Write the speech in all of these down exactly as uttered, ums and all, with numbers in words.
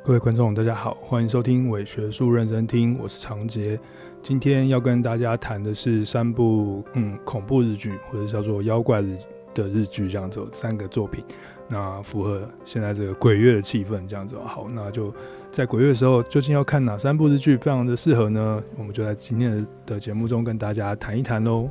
各位观众大家好，欢迎收听伪学术认真听，我是长杰。今天要跟大家谈的是三部嗯恐怖日剧，或者叫做妖怪日的日剧，这样子三个作品，那符合现在这个鬼月的气氛，这样子。好，那就在鬼月的时候，究竟要看哪三部日剧非常的适合呢？我们就在今天的节目中跟大家谈一谈喽。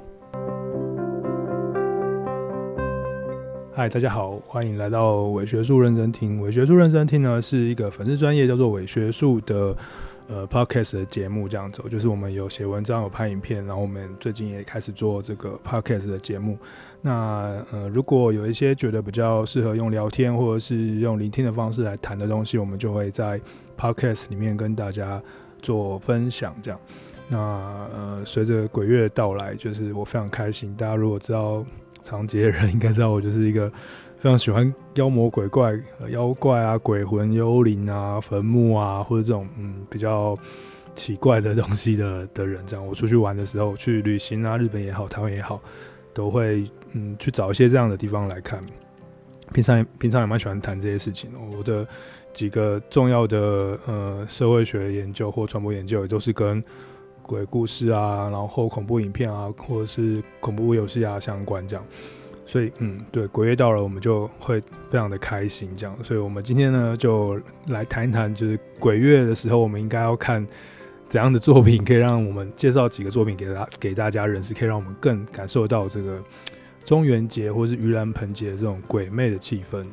嗨，大家好，欢迎来到伪学术认真听。伪学术认真听呢是一个粉丝专业叫做伪学术的呃 podcast 的节目，这样子，就是我们有写文章，有拍影片，然后我们最近也开始做这个 podcast 的节目。那呃，如果有一些觉得比较适合用聊天或者是用聆听的方式来谈的东西，我们就会在 podcast 里面跟大家做分享，这样。那呃，随着鬼月的到来，就是我非常开心。大家如果知道长节的人应该知道，我就是一个非常喜欢妖魔鬼怪、妖怪啊、鬼魂、幽灵啊、坟墓啊，或者这种嗯比较奇怪的东西的的人。这样，我出去玩的时候，去旅行啊，日本也好，台湾也好，都会嗯去找一些这样的地方来看。平常平常也蛮喜欢谈这些事情。我的几个重要的呃社会学研究或传播研究，也都是跟鬼故事啊，然后恐怖影片啊，或者是恐怖游戏啊相关这样，所以嗯，对，鬼月到了，我们就会非常的开心这样，所以我们今天呢就来谈一谈，就是鬼月的时候，我们应该要看怎样的作品，可以让我们介绍几个作品给大给大家认识，可以让我们更感受到这个中元节或是盂兰盆节这种鬼魅的气氛。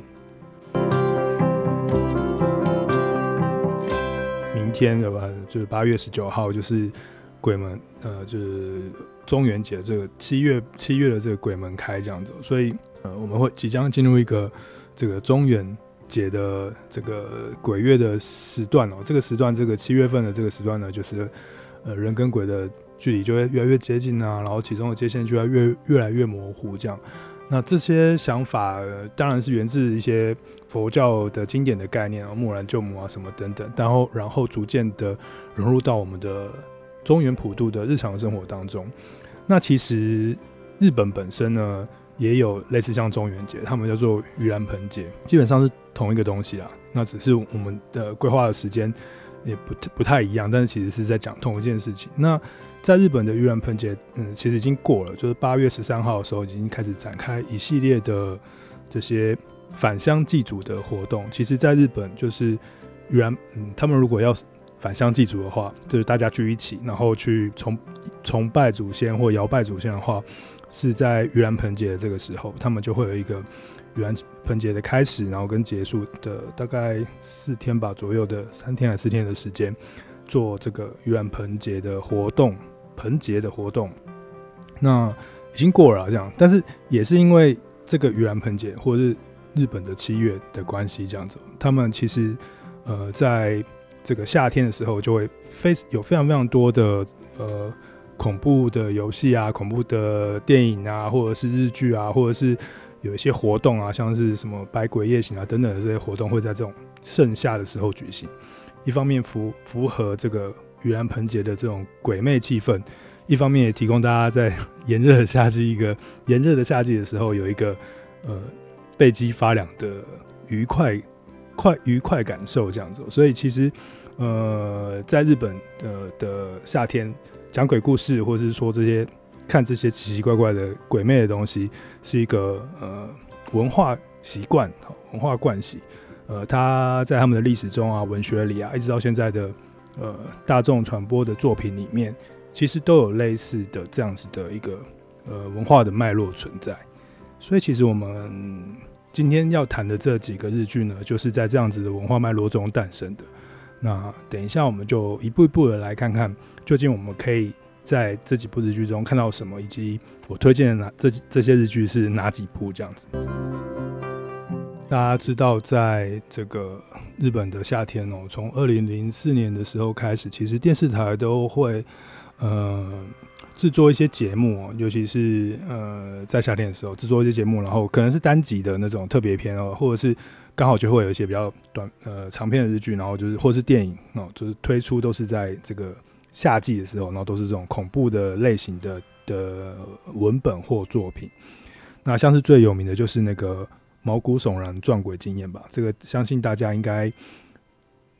明天对吧？就是八月十九号，就是鬼门，呃，就是中元节这个七月七月的这个鬼门开这样子，所以呃，我们会即将进入一个这个中元节的这个鬼月的时段哦。这个时段，这个七月份的这个时段呢，就是呃人跟鬼的距离就会越来越接近啊，然后其中的界限就会越越来越模糊这样。那这些想法、呃、当然是源自一些佛教的经典的概念啊，蓦然救母啊什么等等，然后然后逐渐的融入到我们的中原普渡的日常生活当中。那其实日本本身呢，也有类似像中元节，他们叫做盂兰盆节，基本上是同一个东西啦。那只是我们的规划的时间也 不, 不太一样，但是其实是在讲同一件事情。那在日本的盂兰盆节，嗯，其实已经过了，就是八月十三号的时候，已经开始展开一系列的这些返乡祭祖的活动。其实，在日本就是盂兰，嗯，他们如果要返乡祭祖的话，就是大家聚一起，然后去崇崇拜祖先或摇拜祖先的话，是在盂兰盆节的这个时候，他们就会有一个盂兰盆节的开始，然后跟结束的大概四天吧左右的三天还是四天的时间，做这个盂兰盆节的活动，盆节的活动。那已经过了这样，但是也是因为这个盂兰盆节或者是日本的七月的关系，这样子，他们其实呃在这个夏天的时候，就会非有非常非常多的呃恐怖的游戏啊、恐怖的电影啊，或者是日剧啊，或者是有一些活动啊，像是什么百鬼夜行啊等等的这些活动，会在这种盛夏的时候举行。一方面符符合这个盂兰盆节的这种鬼魅气氛，一方面也提供大家在炎热的夏季一个炎热的夏季的时候有一个呃背脊发凉的愉快快愉快感受这样子。所以其实呃在日本的的夏天讲鬼故事，或是说这些看这些奇奇怪怪的鬼魅的东西，是一个呃文化习惯、文化惯习。呃，它在他们的历史中啊、文学里啊，一直到现在的呃大众传播的作品里面，其实都有类似的这样子的一个呃文化的脉络存在。所以其实我们今天要谈的这几个日剧呢，就是在这样子的文化脉络中诞生的。那等一下我们就一步一步的来看看，究竟我们可以在这几部日剧中看到什么，以及我推荐的 这, 这些日剧是哪几部这样子。大家知道，在这个日本的夏天哦，从二零零四年的时候开始，其实电视台都会呃制作一些节目哦，尤其是呃在夏天的时候制作一些节目，然后可能是单集的那种特别篇哦，或者是刚好就会有一些比较短呃长篇的日剧，然后就是或是电影哦，就是推出都是在这个夏季的时候，然后都是这种恐怖的类型的的文本或作品。那像是最有名的就是那个毛骨悚然撞鬼经验吧，这个相信大家应该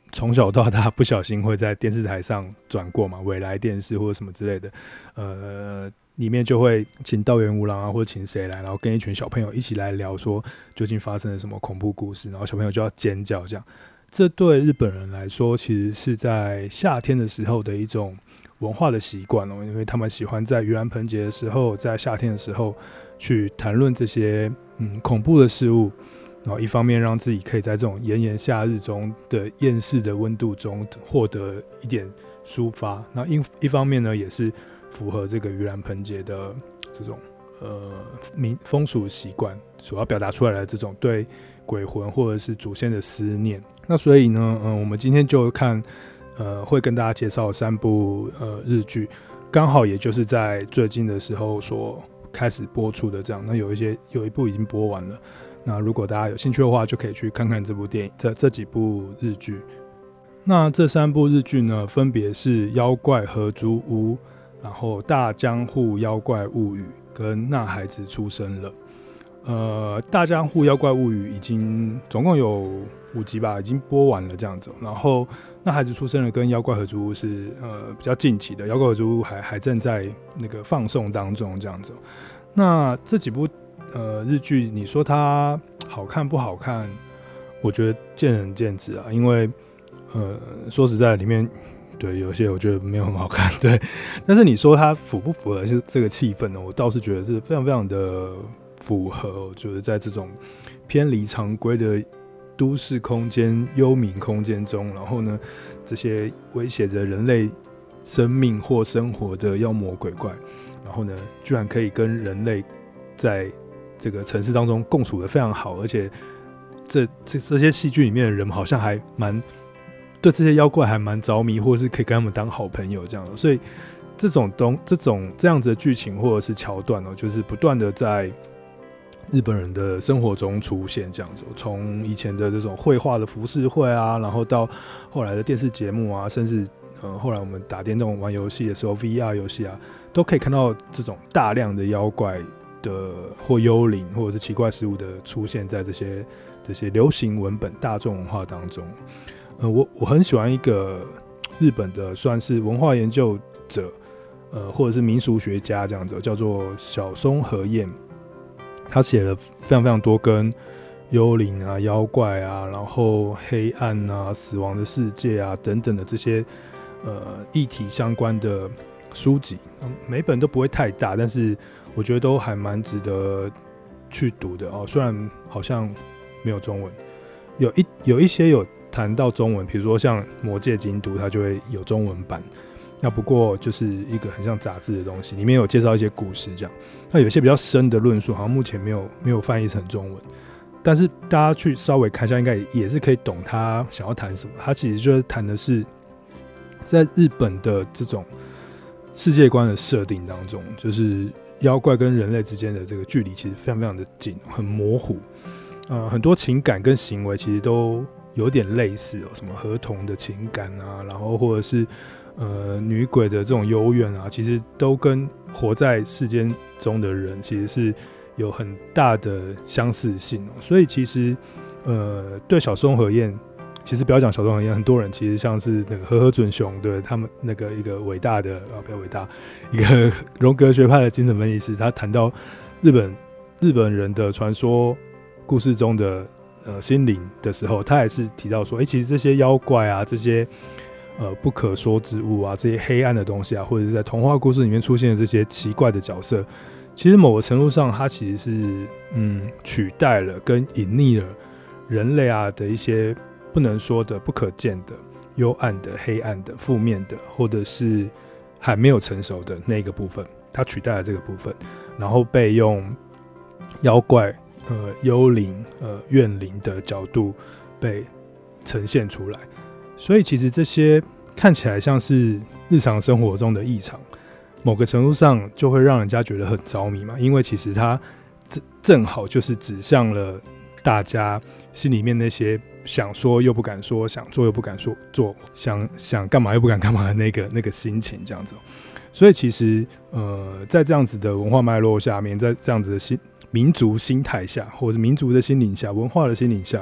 从小到大不小心会在电视台上转过嘛，未来电视或者什么之类的，呃，里面就会请道元吾郎啊，或者请谁来，然后跟一群小朋友一起来聊说究竟发生了什么恐怖故事，然后小朋友就要尖叫这样。这对日本人来说，其实是在夏天的时候的一种文化的习惯哦，因为他们喜欢在盂兰盆节的时候，在夏天的时候去谈论这些嗯恐怖的事物。然后一方面让自己可以在这种炎炎夏日中的厌世的温度中获得一点抒发，那一一方面呢，也是符合这个盂兰盆节的这种呃民风俗习惯所要表达出来的这种对鬼魂或者是祖先的思念。那所以呢，嗯，我们今天就看呃会跟大家介绍三部呃日剧，刚好也就是在最近的时候所开始播出的这样。那有一些有一部已经播完了。那如果大家有兴趣的话，就可以去看看这部电影，这这几部日剧。那这三部日剧呢，分别是《妖怪合租屋》，然后《大江户妖怪物语》跟《那孩子出生了》。呃，《大江户妖怪物语》已经总共有五集吧，已经播完了这样子。然后《那孩子出生了》跟《妖怪合租屋》是呃比较近期的，《妖怪合租屋》还还正在那个放送当中这样子。那这几部呃，日剧你说它好看不好看，我觉得见仁见智啊。因为呃，说实在，里面对有些我觉得没有很好看，对。但是你说它符不符合这个气氛呢？我倒是觉得是非常非常的符合。就是在这种偏离常规的都市空间、幽冥空间中，然后呢，这些威胁着人类生命或生活的妖魔鬼怪，然后呢，居然可以跟人类在这个城市当中共处的非常好，而且 这, 这, 这些戏剧里面的人好像还蛮对这些妖怪还蛮着迷，或者是可以跟他们当好朋友这样的。所以这种东这种这样子的剧情或者是桥段哦，就是不断的在日本人的生活中出现这样子。从以前的这种绘画的浮世绘啊，然后到后来的电视节目啊，甚至呃后来我们打电动玩游戏的时候 V R 游戏啊，都可以看到这种大量的妖怪的或幽灵或者是奇怪事物的出现在这些这些流行文本、大众文化当中。呃，我我很喜欢一个日本的算是文化研究者，呃，或者是民俗学家这样子，叫做小松和彦。他写了非常非常多跟幽灵啊、妖怪啊，然后黑暗啊、死亡的世界啊等等的这些呃议题相关的书籍，每本都不会太大，但是我觉得都还蛮值得去读的哦。虽然好像没有中文，有一有一些有谈到中文，比如说像《魔戒精读》，它就会有中文版。那不过就是一个很像杂志的东西，里面有介绍一些故事这样。那有一些比较深的论述，好像目前没有没有翻译成中文，但是大家去稍微看一下，应该也是可以懂他想要谈什么。他其实就是谈的是在日本的这种世界观的设定当中，就是妖怪跟人类之间的这个距离其实非常非常的近，很模糊。呃，很多情感跟行为其实都有点类似哦，什么合同的情感啊，然后或者是呃女鬼的这种幽怨啊，其实都跟活在世间中的人其实是有很大的相似性哦。所以其实呃，对小松和彦，其实不要讲小松和彦，很多人其实像是那个和和准雄，对他们那个一个伟大的啊，不要伟大，一个荣格学派的精神分析师，他谈到日本日本人的传说故事中的呃心灵的时候，他也是提到说，哎、欸，其实这些妖怪啊，这些呃不可说之物啊，这些黑暗的东西啊，或者是在童话故事里面出现的这些奇怪的角色，其实某个程度上，它其实是嗯取代了跟隐匿了人类啊的一些不能说的、不可见的、幽暗的、黑暗的、负面的，或者是还没有成熟的那个部分，它取代了这个部分，然后被用妖怪、呃幽灵、呃怨灵的角度被呈现出来。所以其实这些看起来像是日常生活中的异常，某个程度上就会让人家觉得很着迷嘛，因为其实它正好就是指向了大家心里面那些想说又不敢说、想做又不敢说做、想想干嘛又不敢干嘛的那个那个心情，这样子。所以其实呃，在这样子的文化脉络下面，在这样子的心民族心态下，或者民族的心灵下、文化的心灵下，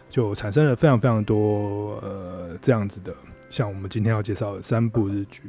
就产生了非常非常多呃这样子的，像我们今天要介绍的三部日剧。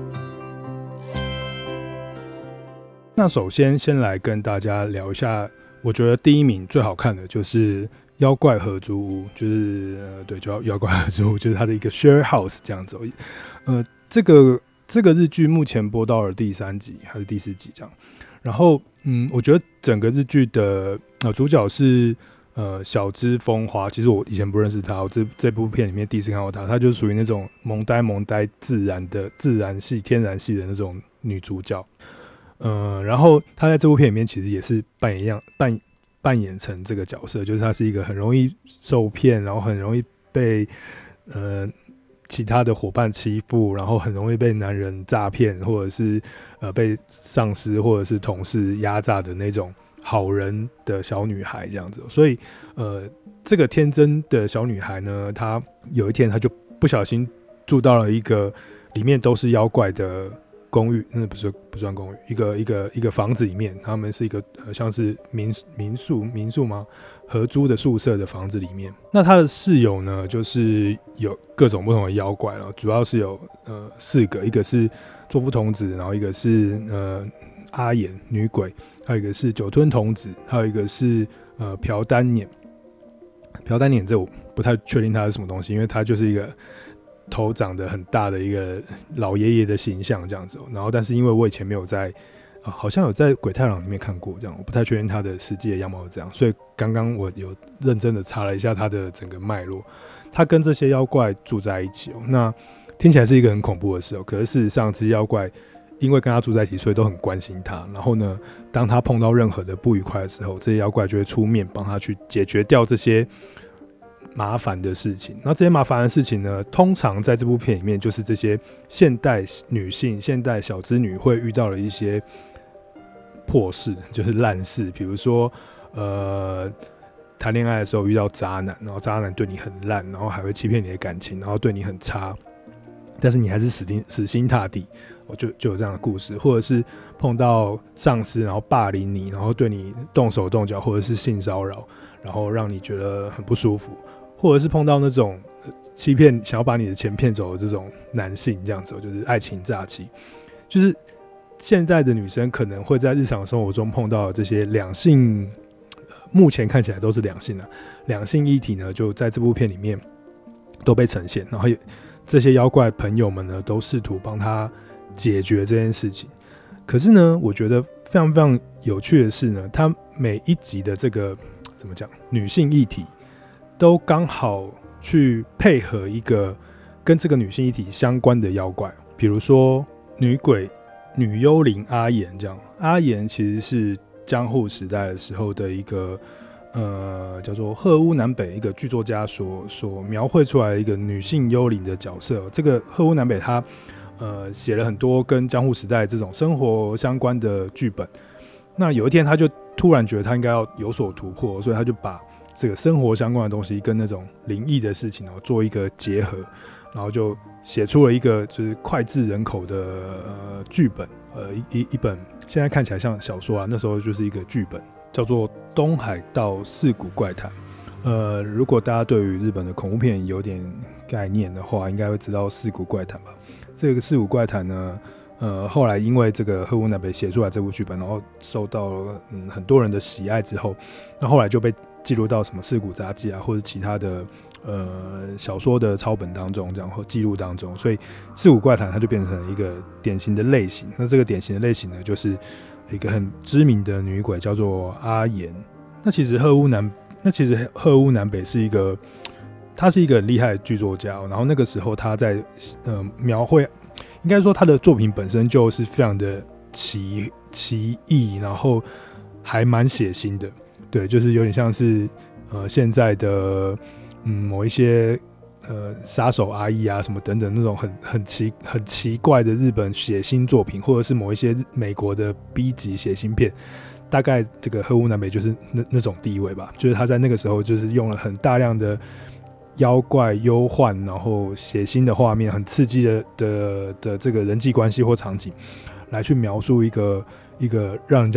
那首先先来跟大家聊一下，我觉得第一名最好看的就是妖怪合租屋，就是呃对，就妖怪合租屋，就是它的一个 share house 这样子。呃，这个这个日剧目前播到了第三集还是第四集这样。然后嗯，我觉得整个日剧的呃主角是呃小芝风花，其实我以前不认识她，我这这部片里面第一次看到她，她就是属于那种萌呆萌呆自然的自然系天然系的那种女主角。呃，然后她在这部片里面其实也是扮演一样扮扮演成这个角色，就是她是一个很容易受骗，然后很容易被呃其他的伙伴欺负，然后很容易被男人诈骗，或者是呃被上司或者是同事压榨的那种好人的小女孩这样子。所以呃这个天真的小女孩呢，她有一天她就不小心住到了一个里面都是妖怪的公寓，那不是不算公寓，一个一个一个房子里面，他们是一个呃像是民民宿民宿吗？合租的宿舍的房子里面。那他的室友呢，就是有各种不同的妖怪了，主要是有呃四个，一个是座布童子，然后一个是呃阿岩女鬼，还有一个是酒吞童子，还有一个是呃朴丹碾。朴丹碾这我不太确定它是什么东西，因为它就是一个头长得很大的一个老爷爷的形象这样子。然后但是因为我以前没有在、呃、好像有在鬼太郎里面看过这样，我不太确定他的实际的样貌是这样，所以刚刚我有认真的查了一下他的整个脉络，他跟这些妖怪住在一起哦。那听起来是一个很恐怖的事哦，可是事实上这些妖怪因为跟他住在一起，所以都很关心他。然后呢，当他碰到任何的不愉快的时候，这些妖怪就会出面帮他去解决掉这些麻烦的事情。那这些麻烦的事情呢，通常在这部片里面就是这些现代女性、现代小资女会遇到的一些破事，就是烂事。比如说，呃，谈恋爱的时候遇到渣男，然后渣男对你很烂，然后还会欺骗你的感情，然后对你很差，但是你还是死心死心塌地，就就有这样的故事。或者是碰到上司，然后霸凌你，然后对你动手动脚，或者是性骚扰，然后让你觉得很不舒服。或者是碰到那种欺骗、想要把你的钱骗走的这种男性，这样子就是爱情诈欺。就是现在的女生可能会在日常生活中碰到这些两性，呃、目前看起来都是两性啊，两性议题呢，就在这部片里面都被呈现。然后这些妖怪朋友们呢，都试图帮他解决这件事情。可是呢，我觉得非常非常有趣的是呢，他每一集的这个怎么讲女性议题，都刚好去配合一个跟这个女性议题相关的妖怪，比如说女鬼、女幽灵阿岩这样。阿岩其实是江户时代的时候的一个呃叫做鹤屋南北一个剧作家所所描绘出来的一个女性幽灵的角色。这个鹤屋南北他呃写了很多跟江户时代这种生活相关的剧本。那有一天他就突然觉得他应该要有所突破，所以他就把这个生活相关的东西跟那种灵异的事情、哦、做一个结合，然后就写出了一个就是脍炙人口的呃剧本，呃 一, 一本现在看起来像小说啊，那时候就是一个剧本，叫做《东海道四谷怪谈》。呃，如果大家对于日本的恐怖片有点概念的话，应该会知道四谷怪谈吧。这个四谷怪谈呢，呃，后来因为这个鹤屋南北写出来这部剧本，然后受到了、嗯、很多人的喜爱之后，那后来就被记录到什么四谷杂记啊，或者其他的呃小说的抄本当中，这样或记录当中，所以四谷怪谈它就变成了一个典型的类型。那这个典型的类型呢，就是一个很知名的女鬼叫做阿岩。那其实鹤屋南，那其实鹤屋南北是一个，他是一个很厉害的剧作家、哦，然后那个时候他在呃描绘，应该说他的作品本身就是非常的奇奇异，然后还蛮血腥的。对，就是有点像是呃现在的嗯某一些呃杀手阿姨啊什么等等那种很很奇很奇怪的日本血腥作品，或者是某一些美国的 B 级血腥片，大概这个鹤屋南北就是那那种地位吧。就是他在那个时候就是用了很大量的妖怪、忧患，然后血腥的画面，很刺激的的的这个人际关系或场景，来去描述一个一个让人家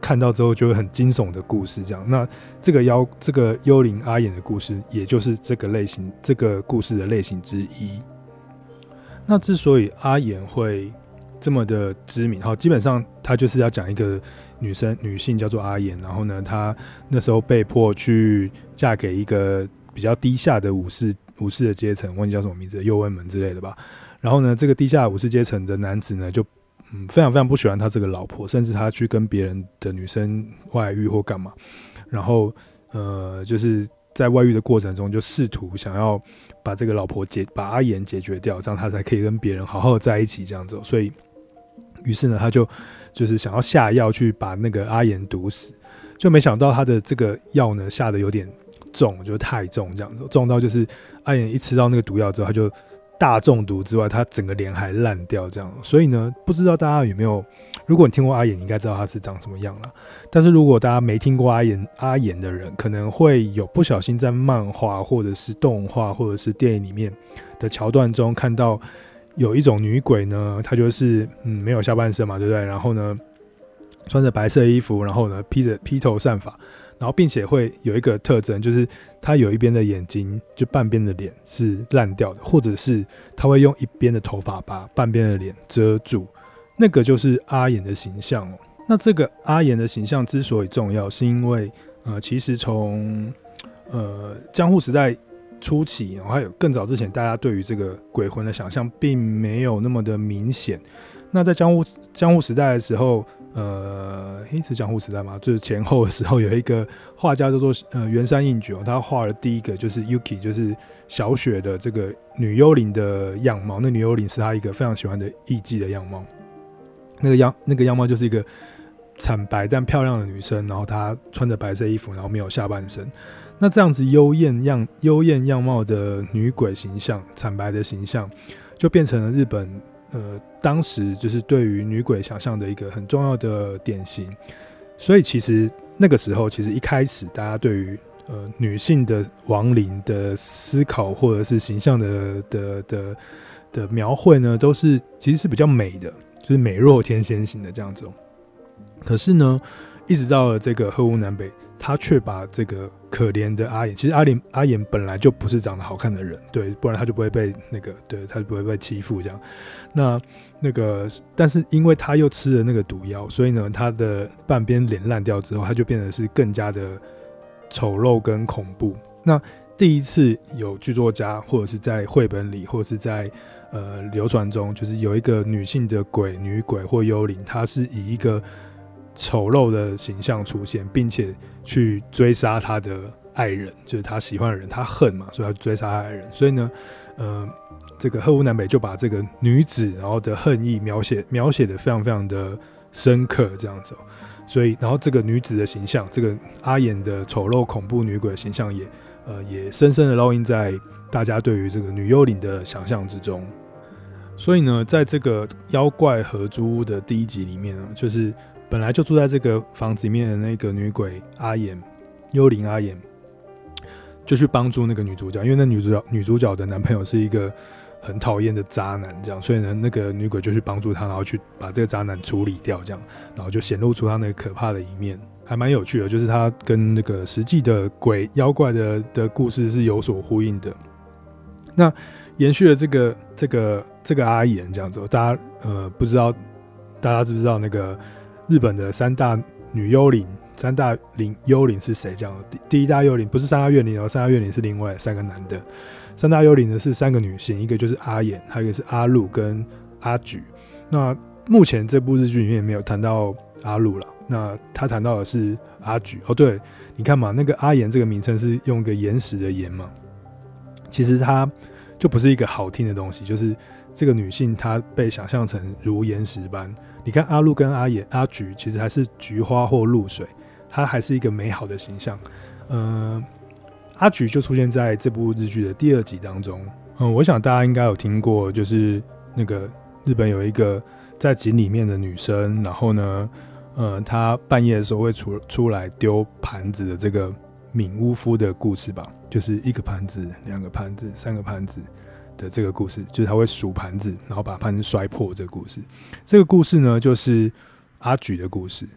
看到之后就会很惊悚的故事这样。那这个妖这个幽灵阿衍的故事，也就是这个类型这个故事的类型之一。那之所以阿衍会这么的知名，好，基本上他就是要讲一个女生女性叫做阿衍，然后呢，她那时候被迫去嫁给一个比较低下的武士武士的阶层，忘记叫什么名字，右卫门之类的吧。然后呢，这个低下武士阶层的男子呢，就嗯非常非常不喜欢他这个老婆，甚至他去跟别人的女生外遇或干嘛，然后呃就是在外遇的过程中，就试图想要把这个老婆解把阿衍解决掉，这样他才可以跟别人好好在一起这样子。所以，于是呢，他就就是想要下药去把那个阿衍毒死，就没想到他的这个药呢下的有点重，就太重这样子，重到就是阿衍一吃到那个毒药之后，他就大中毒之外，他整个脸还烂掉这样。所以呢，不知道大家有没有，如果你听过阿衍，你应该知道他是长什么样啦。但是如果大家没听过阿衍阿衍的人，可能会有不小心在漫画或者是动画或者是电影里面的桥段中看到有一种女鬼呢，她就是嗯没有下半身嘛，对不对？然后呢，穿着白色衣服，然后呢披着披头散发。然后并且会有一个特征，就是他有一边的眼睛，就半边的脸是烂掉的，或者是他会用一边的头发把半边的脸遮住，那个就是阿衍的形象哦。那这个阿衍的形象之所以重要，是因为呃，其实从呃江户时代初期，然后还有更早之前，大家对于这个鬼魂的想象并没有那么的明显。那在江户江户时代的时候。呃，诶，是江户时代吗？就是前后的时候，有一个画家叫做呃原山应举哦，他画了第一个就是 Yuki， 就是小雪的这个女幽灵的样貌。那女幽灵是他一个非常喜欢的艺妓的样貌。那个样那个样貌就是一个惨白但漂亮的女生，然后她穿着白色衣服，然后没有下半身。那这样子幽艳样幽艳样貌的女鬼形象，惨白的形象，就变成了日本。呃，当时就是对于女鬼想象的一个很重要的典型，所以其实那个时候，其实一开始大家对于呃女性的亡灵的思考或者是形象的的的的描绘呢，都是其实是比较美的，就是美若天仙型的这样子。可是呢，一直到了这个鹤屋南北，他却把这个可怜的阿衍，其实阿衍阿衍本来就不是长得好看的人，对，不然他就不会被那个，对，他就不会被欺负这样。那那个，但是因为他又吃了那个毒药，所以呢，他的半边脸烂掉之后，他就变得是更加的丑陋跟恐怖。那第一次有剧作家或者是在绘本里，或者是在呃流传中，就是有一个女性的鬼、女鬼或幽灵，她是以一个丑陋的形象出现，并且去追杀他的爱人，就是他喜欢的人，他恨嘛，所以他追杀他爱人。所以呢，呃，这个鹤屋南北就把这个女子然后的恨意描写描写的非常非常的深刻，这样子、哦。所以，然后这个女子的形象，这个阿衍的丑陋恐怖女鬼的形象也，呃，也深深的烙印在大家对于这个女幽灵的想象之中。所以呢，在这个妖怪合租屋的第一集里面呢，就是本来就住在这个房子里面的那个女鬼阿衍，幽灵阿衍，就去帮助那个女主角，因为那女主角女主角的男朋友是一个很讨厌的渣男，这样，所以呢，那个女鬼就去帮助他，然后去把这个渣男处理掉，这样，然后就显露出他那个可怕的一面，还蛮有趣的，就是他跟那个实际的鬼妖怪的的故事是有所呼应的。那延续了这个这个这个阿衍这样子，大家呃不知道大家知不知道那个日本的三大女幽灵，三大灵幽灵是谁？这样，第一大幽灵不是三大怨灵哦，三大怨灵是另外三个男的。三大幽灵呢是三个女性，一个就是阿衍，还有一个是阿露跟阿举。那目前这部日剧里面没有谈到阿露了，那他谈到的是阿举。哦，对，你看嘛，那个阿衍这个名称是用个岩石的岩嘛，其实它就不是一个好听的东西，就是这个女性她被想象成如岩石般。你看阿露跟阿衍、阿菊，其实还是菊花或露水，它还是一个美好的形象。呃，阿菊就出现在这部日剧的第二集当中。嗯，我想大家应该有听过，就是那个日本有一个在井里面的女生，然后呢，呃，她半夜的时候会出出来丢盘子的这个闵屋夫的故事吧，就是一个盘子、两个盘子、三个盘子的这个故事，就是他会数盘子，然后把盘子摔破这个故事。这个故事呢，就是阿举的故事。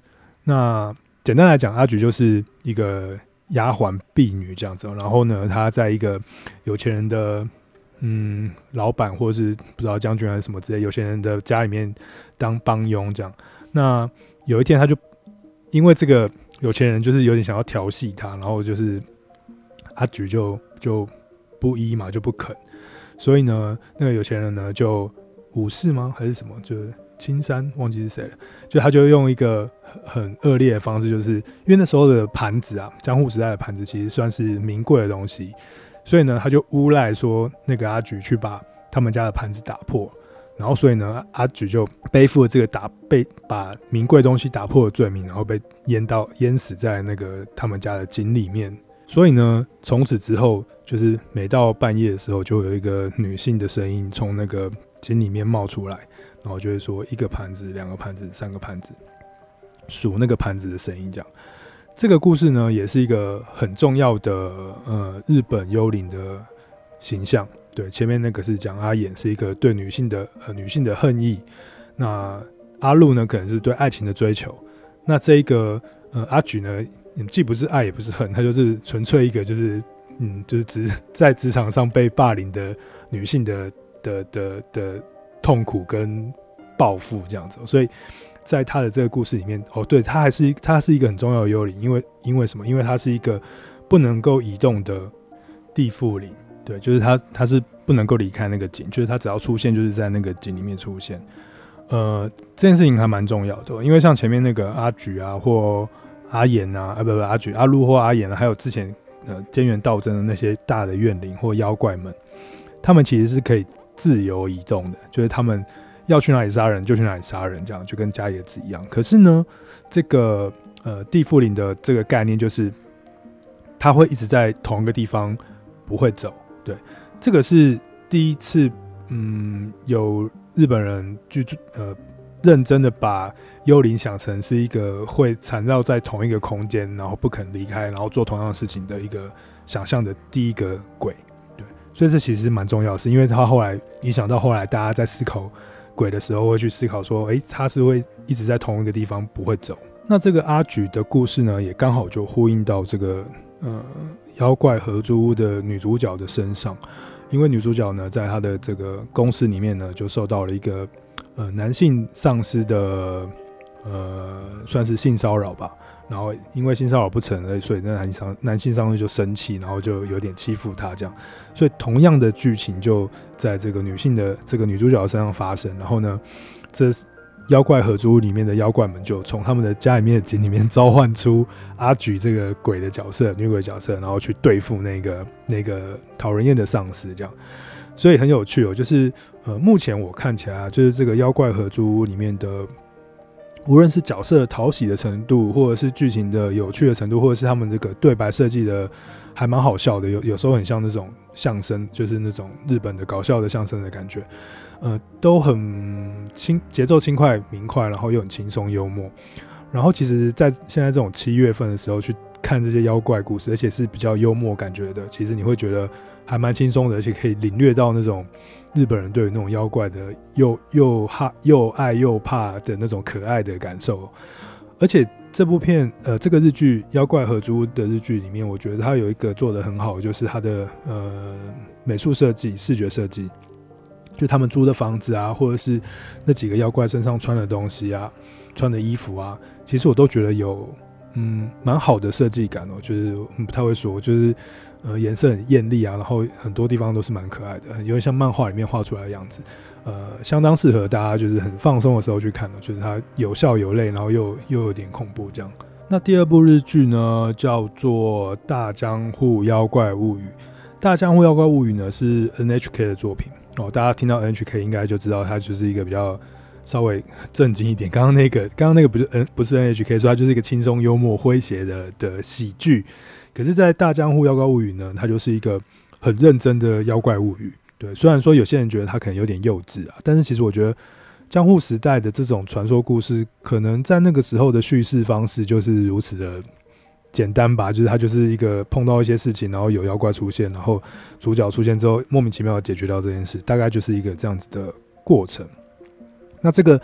那简单来讲，阿菊就是一个丫鬟婢女这样子，然后呢，她在一个有钱人的嗯老板或是不知道将军还是什么之类有钱人的家里面当帮佣这样。那有一天，她就因为这个有钱人就是有点想要调戏她，然后就是阿菊就就不依嘛，就不肯。所以呢，那个有钱人呢就武士吗还是什么，就是青山忘记是谁了，就他就用一个很恶劣的方式，就是因为那时候的盘子啊，江户时代的盘子其实算是名贵的东西，所以呢，他就诬赖说那个阿菊去把他们家的盘子打破，然后所以呢，阿菊就背负了这个打被把名贵东西打破的罪名，然后被淹到淹死在那个他们家的井里面。所以呢，从此之后，就是每到半夜的时候，就会有一个女性的声音从那个井里面冒出来，然后就会说一个盘子、两个盘子、三个盘子，数那个盘子的声音。这样，这个故事呢，也是一个很重要的呃日本幽灵的形象。对，前面那个是讲阿衍是一个对女性的呃女性的恨意，那阿路呢可能是对爱情的追求，那这一个呃阿菊呢，既不是爱也不是恨，她就是纯粹一个就是嗯就是职在职场上被霸凌的女性的的的的痛苦跟报复这样子，所以在她的这个故事里面，哦，对，她还是她是一个很重要的幽灵，因为因为什么？因为她是一个不能够移动的地缚灵。对，就是他，他是不能够离开那个井，就是他只要出现，就是在那个井里面出现。呃，这件事情还蛮重要的，因为像前面那个阿菊啊，或阿衍啊，啊不不阿菊阿路或阿衍啊，还有之前呃菅原道真的那些大的怨灵或妖怪们，他们其实是可以自由移动的，就是他们要去哪里杀人就去哪里杀人，这样就跟加野子一样。可是呢，这个呃地缚灵的这个概念就是，他会一直在同一个地方不会走。对，这个是第一次，嗯，有日本人就呃认真的把幽灵想成是一个会缠绕在同一个空间，然后不肯离开，然后做同样的事情的一个想象的第一个鬼。对，所以这其实是蛮重要的事，因为他后来影响到后来大家在思考鬼的时候，会去思考说，哎，他是会一直在同一个地方不会走。那这个阿菊的故事呢，也刚好就呼应到这个。呃，妖怪合租屋的女主角的身上，因为女主角呢，在她的这个公司里面呢，就受到了一个呃男性上司的呃算是性骚扰吧。然后因为性骚扰不成，所以那男性男性上司就生气，然后就有点欺负她这样。所以同样的剧情就在这个女性的这个女主角身上发生。然后呢，这妖怪合租屋里面的妖怪们就从他们的家里面的井里面召唤出阿菊这个鬼的角色、女鬼角色，然后去对付那个那个讨人厌的上司，这样，所以很有趣哦。就是呃，目前我看起来、啊，就是这个妖怪合租屋里面的，无论是角色讨喜的程度，或者是剧情的有趣的程度，或者是他们这个对白设计的还蛮好笑的，有有时候很像那种相声，就是那种日本的搞笑的相声的感觉。呃，都很轻，节奏轻快明快，然后又很轻松幽默。然后其实，在现在这种七月份的时候去看这些妖怪故事，而且是比较幽默感觉的，其实你会觉得还蛮轻松的，而且可以领略到那种日本人对于那种妖怪的又又怕又爱又怕的那种可爱的感受。而且这部片，呃，这个日剧《妖怪合租屋》的日剧里面，我觉得它有一个做得很好，就是它的呃美术设计、视觉设计。就他们租的房子啊，或者是那几个妖怪身上穿的东西啊、穿的衣服啊，其实我都觉得有嗯蛮好的设计感哦。就是不太会说，就是呃颜色很艳丽啊，然后很多地方都是蛮可爱的，有点像漫画里面画出来的样子。呃，相当适合大家就是很放松的时候去看的，就是它有笑有泪，然后又又有点恐怖这样。那第二部日剧呢，叫做《大江户妖怪物语》。《大江户妖怪物语》呢是 N H K 的作品。哦，大家听到 N H K 应该就知道它就是一个比较稍微正经一点。刚刚那个，刚刚那个不是 N 不是 N H K， 所以它就是一个轻松幽默诙谐的的喜剧。可是，在《大江户妖怪物语》呢，它就是一个很认真的妖怪物语。对，虽然说有些人觉得它可能有点幼稚啊，但是其实我觉得江户时代的这种传说故事，可能在那个时候的叙事方式就是如此的简单吧，就是它就是一个碰到一些事情，然后有妖怪出现，然后主角出现之后莫名其妙的解决掉这件事，大概就是一个这样子的过程。那这个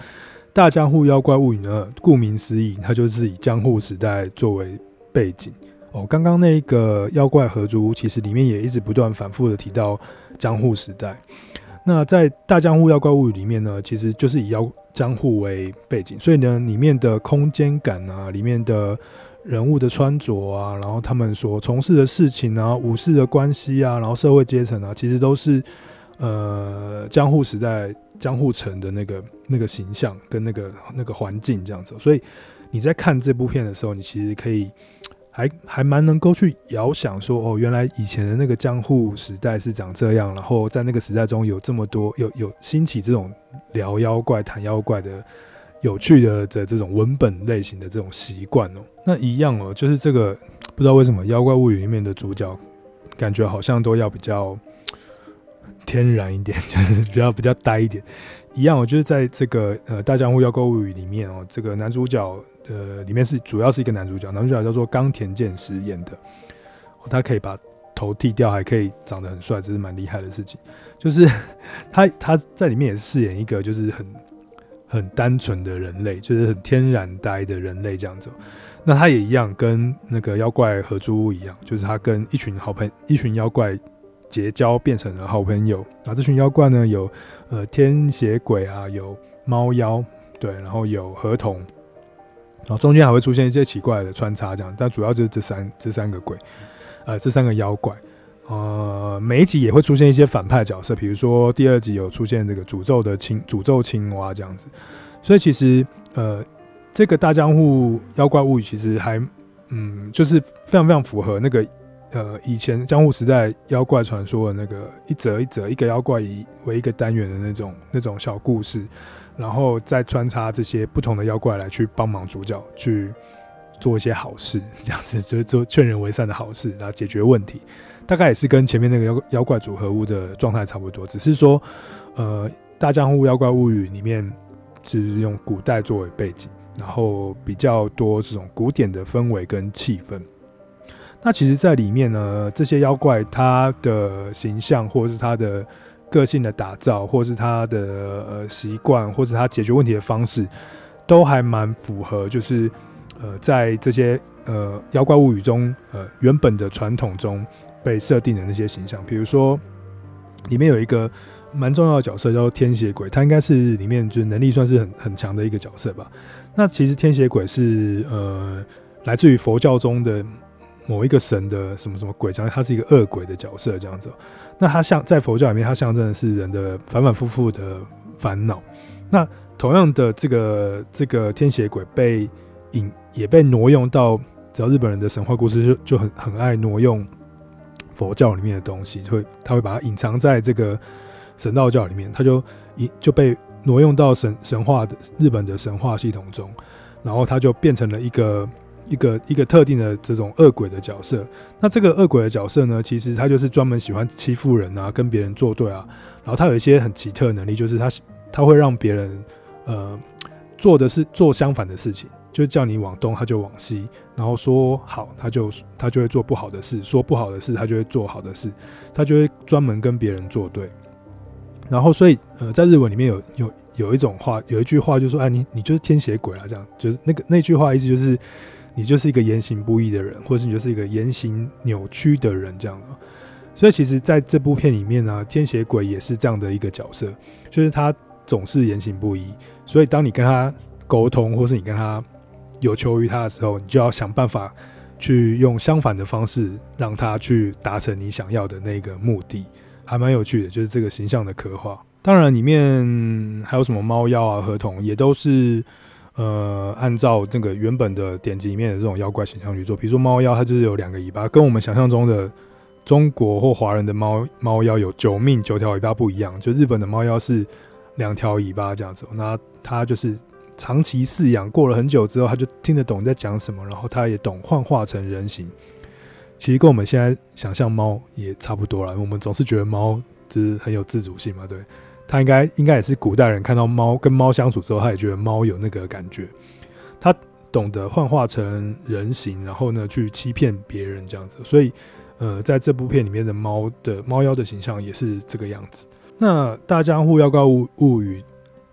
大江户妖怪物语呢，顾名思义，它就是以江户时代作为背景。哦，刚刚那个妖怪合租屋，其实里面也一直不断反复的提到江户时代。那在大江户妖怪物语里面呢，其实就是以妖江户为背景，所以呢，里面的空间感啊，里面的人物的穿着啊，然后他们所从事的事情啊，武士的关系啊，然后社会阶层啊，其实都是呃江户时代江户城的那个那个形象跟那个那个环境这样子。所以你在看这部片的时候，你其实可以还还蛮能够去遥想说，哦，原来以前的那个江户时代是长这样，然后在那个时代中有这么多有有兴起这种聊妖怪、谈妖怪的有趣的的这种文本类型的这种习惯哦。那一样哦，就是这个不知道为什么《妖怪物语》里面的主角感觉好像都要比较天然一点，就是比较比较呆一点。一样，我就是在这个呃《大江户妖怪物语》里面哦，这个男主角呃里面是主要是一个男主角，男主角叫做冈田健史演的、哦，他可以把头剃掉，还可以长得很帅，这是蛮厉害的事情。就是他他在里面也是饰演一个就是很很单纯的人类，就是很天然呆的人类这样子。那他也一样，跟那个妖怪合租屋一样，就是他跟一群好朋一群妖怪结交，变成了好朋友。然后这群妖怪呢，有呃天血鬼啊，有猫妖，对，然后有河童，然后中间还会出现一些奇怪的穿插这样，但主要就是这三这三个鬼，呃，这三个妖怪。呃，每一集也会出现一些反派角色，比如说第二集有出现这个诅咒的青诅咒青蛙这样子。所以其实呃，这个大江户妖怪物语其实还嗯，就是非常非常符合那个呃以前江户时代妖怪传说的那个一则一则一个妖怪以为一个单元的那种那种小故事，然后再穿插这些不同的妖怪来去帮忙主角去做一些好事，这样子就是做劝人为善的好事，然后解决问题。大概也是跟前面那个 妖, 妖怪组合屋的状态差不多，只是说，呃，大江户妖怪物语里面就是用古代作为背景，然后比较多这种古典的氛围跟气氛。那其实，在里面呢，这些妖怪它的形象，或是它的个性的打造，或是它的呃习惯，或是它解决问题的方式，都还蛮符合，就是呃，在这些呃妖怪物语中，呃原本的传统中被设定的那些形象。比如说里面有一个蛮重要的角色叫做天血鬼，他应该是里面就是能力算是很很强的一个角色吧。那其实天血鬼是呃来自于佛教中的某一个神的什么什么鬼，讲他是一个恶鬼的角色这样子。那他像在佛教里面，他象征的是人的反反复复的烦恼。那同样的这个这个天血鬼被引也被挪用到，只要日本人的神话故事就就很很爱挪用佛教里面的东西，就会他会把它隐藏在这个神道教里面，他就就被挪用到神神话的日本的神话系统中，然后他就变成了一个一个一个特定的这种恶鬼的角色。那这个恶鬼的角色呢，其实他就是专门喜欢欺负人啊，跟别人作对啊，然后他有一些很奇特的能力，就是他他会让别人呃做的是做相反的事情。就叫你往东，他就往西，然后说好，他就他就会做不好的事；说不好的事，他就会做好的事。他就会专门跟别人作对。然后，所以呃，在日文里面有有有一种话，有一句话就说：“哎，你你就是天血鬼啦。”这样，就是那个那句话意思就是你就是一个言行不一的人，或者是你就是一个言行扭曲的人这样。所以，其实在这部片里面呢、啊，天血鬼也是这样的一个角色，就是他总是言行不一。所以，当你跟他沟通，或是你跟他有求于他的时候，你就要想办法去用相反的方式让他去达成你想要的那个目的，还蛮有趣的，就是这个形象的刻画。当然里面还有什么猫妖啊、河童，也都是呃按照这个原本的典籍里面的这种妖怪形象去做。比如说猫妖，它就是有两个尾巴，跟我们想象中的中国或华人的猫猫妖有九命九条尾巴不一样，就日本的猫妖是两条尾巴这样子，那它就是长期饲养，过了很久之后，他就听得懂在讲什么，然后他也懂幻化成人形。其实跟我们现在想象猫也差不多啦，我们总是觉得猫就是很有自主性嘛，对，他应该应该也是古代人看到猫跟猫相处之后，他也觉得猫有那个感觉，他懂得幻化成人形，然后呢去欺骗别人这样子。所以，呃，在这部片里面的猫的猫妖的形象也是这个样子。那大江户妖怪物语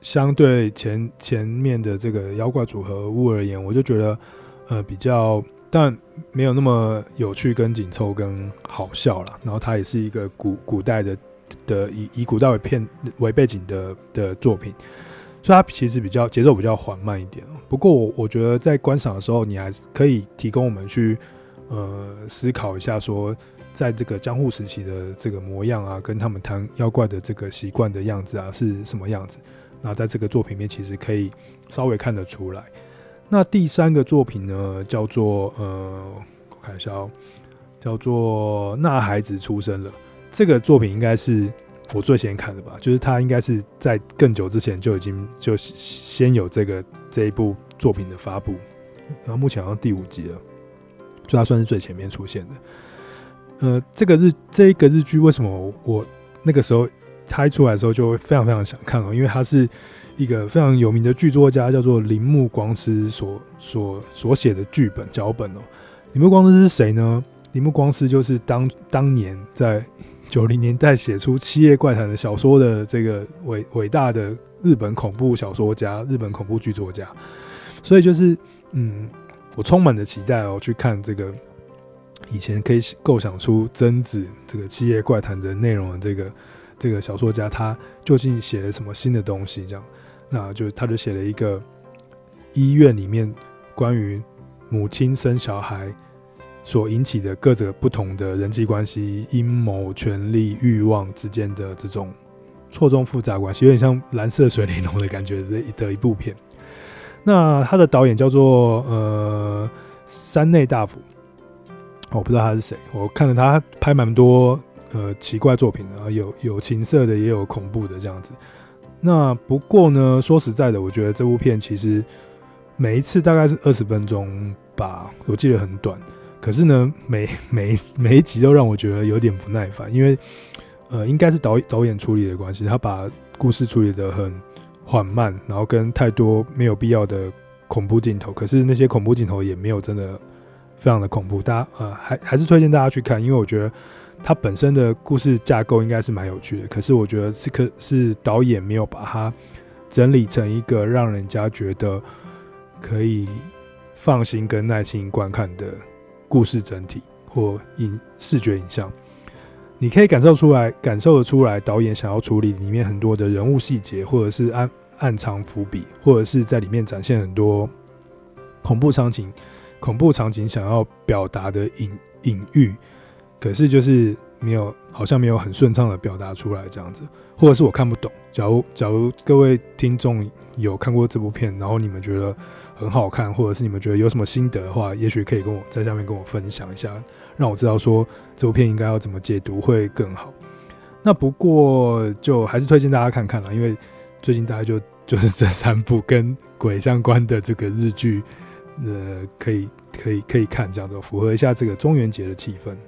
相对前前面的这个妖怪组合屋而言，我就觉得呃比较，但没有那么有趣跟紧凑跟好笑啦。然后它也是一个古古代的的以以古代为片为背景的的作品，所以它其实比较节奏比较缓慢一点。不过我我觉得在观赏的时候，你还可以提供我们去呃思考一下说。在这个江户时期的这个模样啊，跟他们谈妖怪的这个习惯的样子啊，是什么样子？那在这个作品里面，其实可以稍微看得出来。那第三个作品呢，叫做呃，我看一下哦，叫做《那孩子出生了》。这个作品应该是我最先看的吧，就是它应该是在更久之前就已经就先有这个这一部作品的发布，然后目前好像第五集了，所以它算是最前面出现的。呃，这个日这一个日剧为什么 我, 我那个时候它一出来的时候就会非常非常想看哦？因为它是一个非常有名的剧作家叫做铃木光司所所所写的剧本脚本哦。铃木光司是谁呢？铃木光司就是当当年在九零年代写出《七夜怪谈》的小说的这个伟伟大的日本恐怖小说家、日本恐怖剧作家。所以就是嗯，我充满着期待哦，去看这个。以前可以构想出贞子这个《七夜怪谈》的内容的这个这个小说家，他究竟写了什么新的东西？这样，那就他就写了一个医院里面关于母亲生小孩所引起的各种不同的人际关系、阴谋、权力、欲望之间的这种错综复杂关系，有点像蓝色水玲珑的感觉 的, 的一部片。那他的导演叫做呃山内大辅。我不知道他是谁，我看了他拍蛮多呃奇怪作品的，有有情色的，也有恐怖的这样子。那不过呢，说实在的，我觉得这部片其实每一次大概是二十分钟吧，我记得很短。可是呢，每每每一集都让我觉得有点不耐烦，因为呃，应该是导导演处理的关系，他把故事处理得很缓慢，然后跟太多没有必要的恐怖镜头。可是那些恐怖镜头也没有真的。非常的恐怖，大家呃还还是推荐大家去看，因为我觉得它本身的故事架构应该是蛮有趣的，可是我觉得是可是导演没有把它整理成一个让人家觉得可以放心跟耐心观看的故事整体或影视觉影像。你可以感受出来，感受得出来，导演想要处理里面很多的人物细节，或者是暗暗藏伏笔，或者是在里面展现很多恐怖场景。恐怖场景想要表达的隐隐喻，可是就是没有，好像没有很顺畅的表达出来这样子，或者是我看不懂。假如假如各位听众有看过这部片，然后你们觉得很好看，或者是你们觉得有什么心得的话，也许可以跟我在下面跟我分享一下，让我知道说这部片应该要怎么解读会更好。那不过就还是推荐大家看看啦，因为最近大概就就是这三部跟鬼相关的这个日剧。呃，可以可以可以看这样子，符合一下这个中元节的气氛。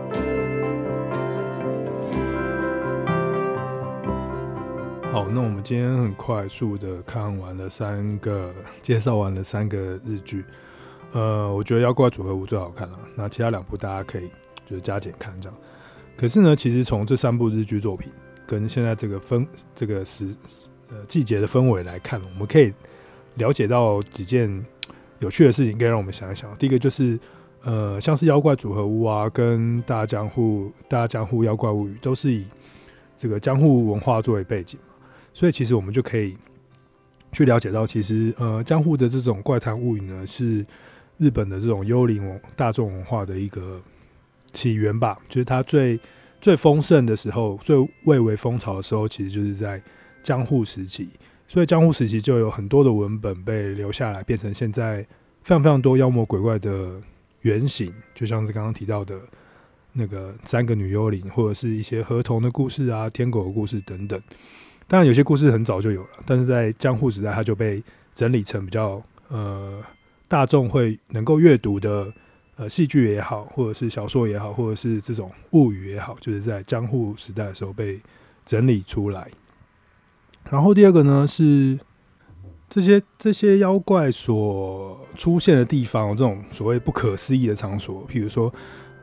好，那我们今天很快速的看完了三个，介绍完了三个日剧。呃，我觉得《妖怪组合屋》最好看了，那其他两部大家可以就是加减看这样。可是呢，其实从这三部日剧作品跟现在这个氛这个时呃季节的氛围来看，我们可以了解到几件。有趣的事情可以让我们想一想。第一个就是，呃，像是妖怪组合屋啊，跟大江户、大江户妖怪物语，都是以这个江户文化作为背景嘛，所以其实我们就可以去了解到，其实呃，江户的这种怪谈物语呢，是日本的这种幽灵大众文化的一个起源吧。就是它最最丰盛的时候，最蔚为风潮的时候，其实就是在江户时期。所以江户时期就有很多的文本被留下来，变成现在非常非常多妖魔鬼怪的原型，就像是刚刚提到的那个三个女幽灵，或者是一些河童的故事啊、天狗的故事等等。当然有些故事很早就有了，但是在江户时代它就被整理成比较呃大众会能够阅读的呃戏剧也好，或者是小说也好，或者是这种物语也好，就是在江户时代的时候被整理出来。然后第二个呢是这些这些妖怪所出现的地方，这种所谓不可思议的场所，譬如说，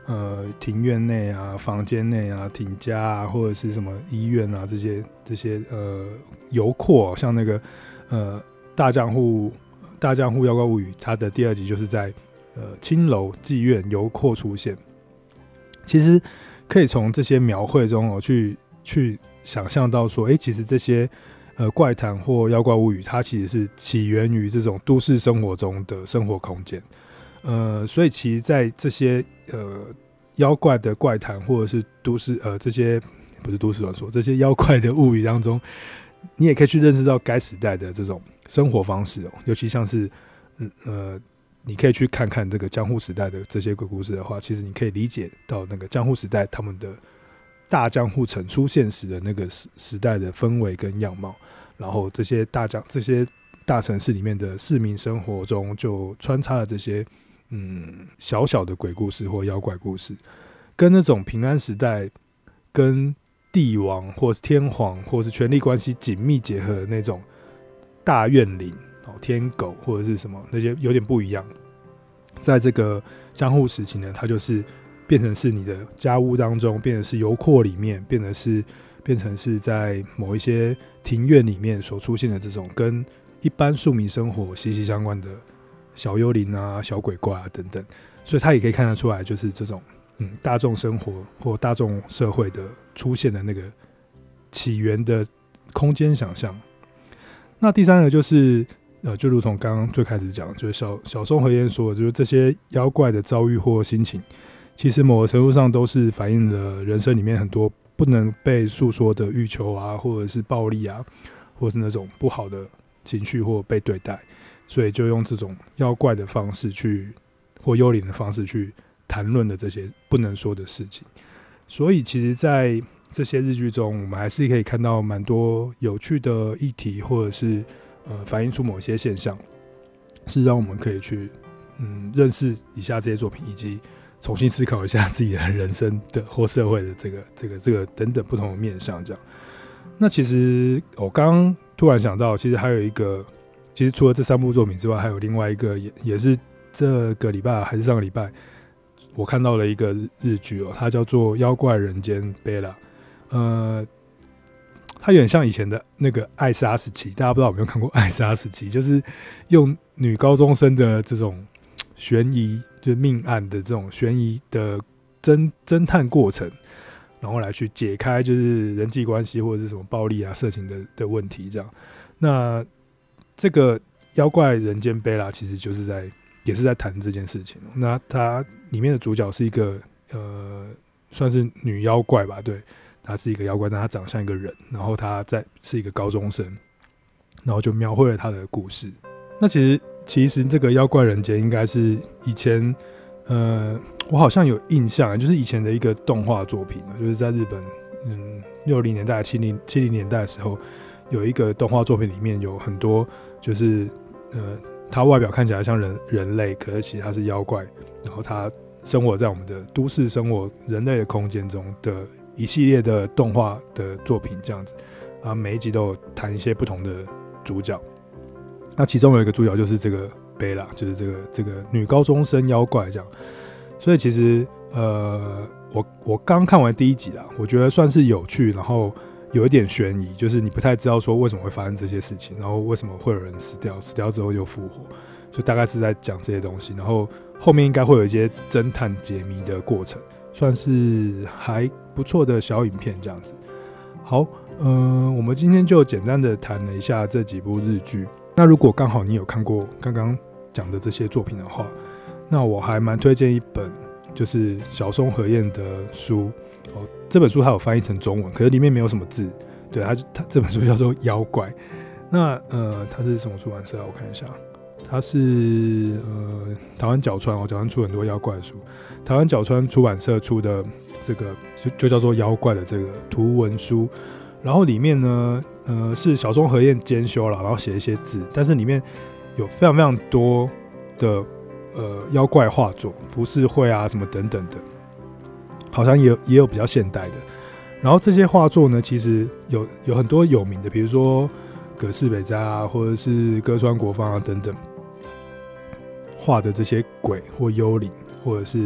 呃庭院内啊、房间内啊、庭家啊，或者是什么医院啊这些这些呃油廓，像那个呃大江户大江户妖怪物语，它的第二集就是在呃青楼妓院油廓出现。其实可以从这些描绘中哦去去想象到说，哎、欸，其实这些呃怪谈或妖怪物语，它其实是起源于这种都市生活中的生活空间。呃，所以其实在这些呃妖怪的怪谈或者是都市呃这些不是都市传说，这些妖怪的物语当中，你也可以去认识到该时代的这种生活方式哦，尤其像是呃。你可以去看看这个江户时代的这些鬼故事的话，其实你可以理解到那个江户时代他们的大江户城出现时的那个时代的氛围跟样貌，然后这些大江这些大城市里面的市民生活中就穿插了这些嗯小小的鬼故事或妖怪故事，跟那种平安时代跟帝王或是天皇或是权力关系紧密结合的那种大怨灵、天狗或者是什么那些有点不一样。在这个江户时期呢，它就是变成是你的家屋当中，变成是油廓里面，变成是变成是在某一些庭院里面所出现的这种跟一般庶民生活息息相关的小幽灵啊、小鬼怪啊等等。所以它也可以看得出来，就是这种嗯大众生活或大众社会的出现的那个起源的空间想象。那第三个就是呃，就如同刚刚最开始讲，就是小小松和彦说的，就是这些妖怪的遭遇或心情，其实某个程度上都是反映了人生里面很多不能被诉说的欲求啊，或者是暴力啊，或是那种不好的情绪或被对待，所以就用这种妖怪的方式去，或幽灵的方式去谈论的这些不能说的事情。所以其实，在这些日剧中，我们还是可以看到蛮多有趣的议题，或者是呃反映出某些现象，是让我们可以去嗯认识一下这些作品，以及重新思考一下自己的人生的或社会的这个这个这个等等不同的面向。这样，那其实我刚刚突然想到，其实还有一个，其实除了这三部作品之外，还有另外一个也也是这个礼拜还是上个礼拜我看到了一个日剧哦，它叫做《妖怪人间贝拉》。呃，它有点像以前的那个艾莎时期，大家不知道有没有看过艾莎时期，就是用女高中生的这种悬疑，就是命案的这种悬疑的侦侦探过程，然后来去解开就是人际关系或者是什么暴力啊、色情 的, 的问题这样。那这个妖怪人间贝拉其实就是在也是在谈这件事情。那它里面的主角是一个呃，算是女妖怪吧，对。他是一个妖怪，但他长像一个人，然后他在是一个高中生，然后就描绘了他的故事。那其实其实这个妖怪人间应该是以前呃，我好像有印象，就是以前的一个动画作品，就是在日本嗯六零年代、七零七零年代的时候，有一个动画作品里面有很多就是呃，他外表看起来像人人类，可是其实他是妖怪，然后他生活在我们的都市生活人类的空间中的一系列的动画的作品这样子，啊，每一集都有谈一些不同的主角。那其中有一个主角就是这个贝拉，就是这个这个女高中生妖怪这样。所以其实呃，我我刚看完第一集啦，我觉得算是有趣，然后有一点悬疑，就是你不太知道说为什么会发生这些事情，然后为什么会有人死掉，死掉之后又复活，就大概是在讲这些东西。然后后面应该会有一些侦探解谜的过程。算是还不错的小影片这样子。好，嗯、呃，我们今天就简单的谈了一下这几部日剧。那如果刚好你有看过刚刚讲的这些作品的话，那我还蛮推荐一本就是小松和彦的书哦。这本书它有翻译成中文，可是里面没有什么字。对，它它这本书叫做《妖怪》。那呃，它是什么出版社啊？我看一下。它是呃台湾角川哦，角川出很多妖怪的书。台湾角川出版社出的这个 就, 就叫做妖怪的这个图文书，然后里面呢，呃是小松和彦兼修了，然后写一些字，但是里面有非常非常多的呃妖怪画作、浮世绘啊什么等等的，好像也有也有比较现代的。然后这些画作呢，其实有有很多有名的，比如说葛饰北斋啊，或者是歌川国芳啊等等画的这些鬼或幽灵，或者是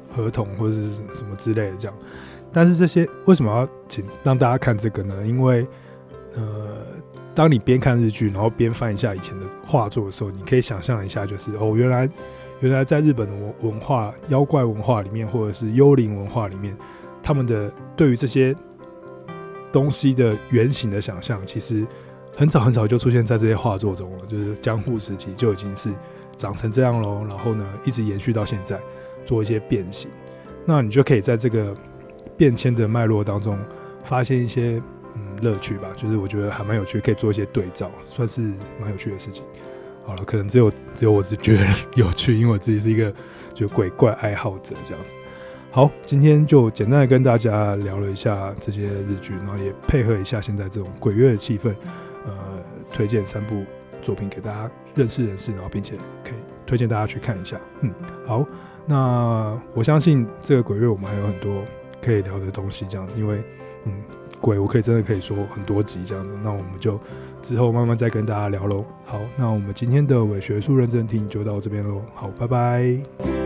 合同或者是什么之类的这样。但是这些为什么要请让大家看这个呢？因为呃，当你边看日剧，然后边翻一下以前的画作的时候，你可以想象一下，就是哦，原来原来在日本的文化、妖怪文化里面，或者是幽灵文化里面，他们的对于这些东西的原型的想象，其实很早很早就出现在这些画作中了。就是江户时期就已经是长成这样咯，然后呢，一直延续到现在，做一些变形。那你就可以在这个变迁的脉络当中发现一些嗯乐趣吧，就是我觉得还蛮有趣，可以做一些对照，算是蛮有趣的事情。好了，可能只有只有我只觉得有趣，因为我自己是一个就鬼怪爱好者这样子。好，今天就简单的跟大家聊了一下这些日剧，然后也配合一下现在这种鬼月的气氛，呃，推荐三部作品给大家认识认识，然后并且可以推荐大家去看一下。嗯，好，那我相信这个鬼月我们还有很多可以聊的东西，这样，因为嗯，鬼我可以真的可以说很多集这样子，那我们就之后慢慢再跟大家聊咯。好，那我们今天的伪学术认真听就到这边咯。好，拜拜。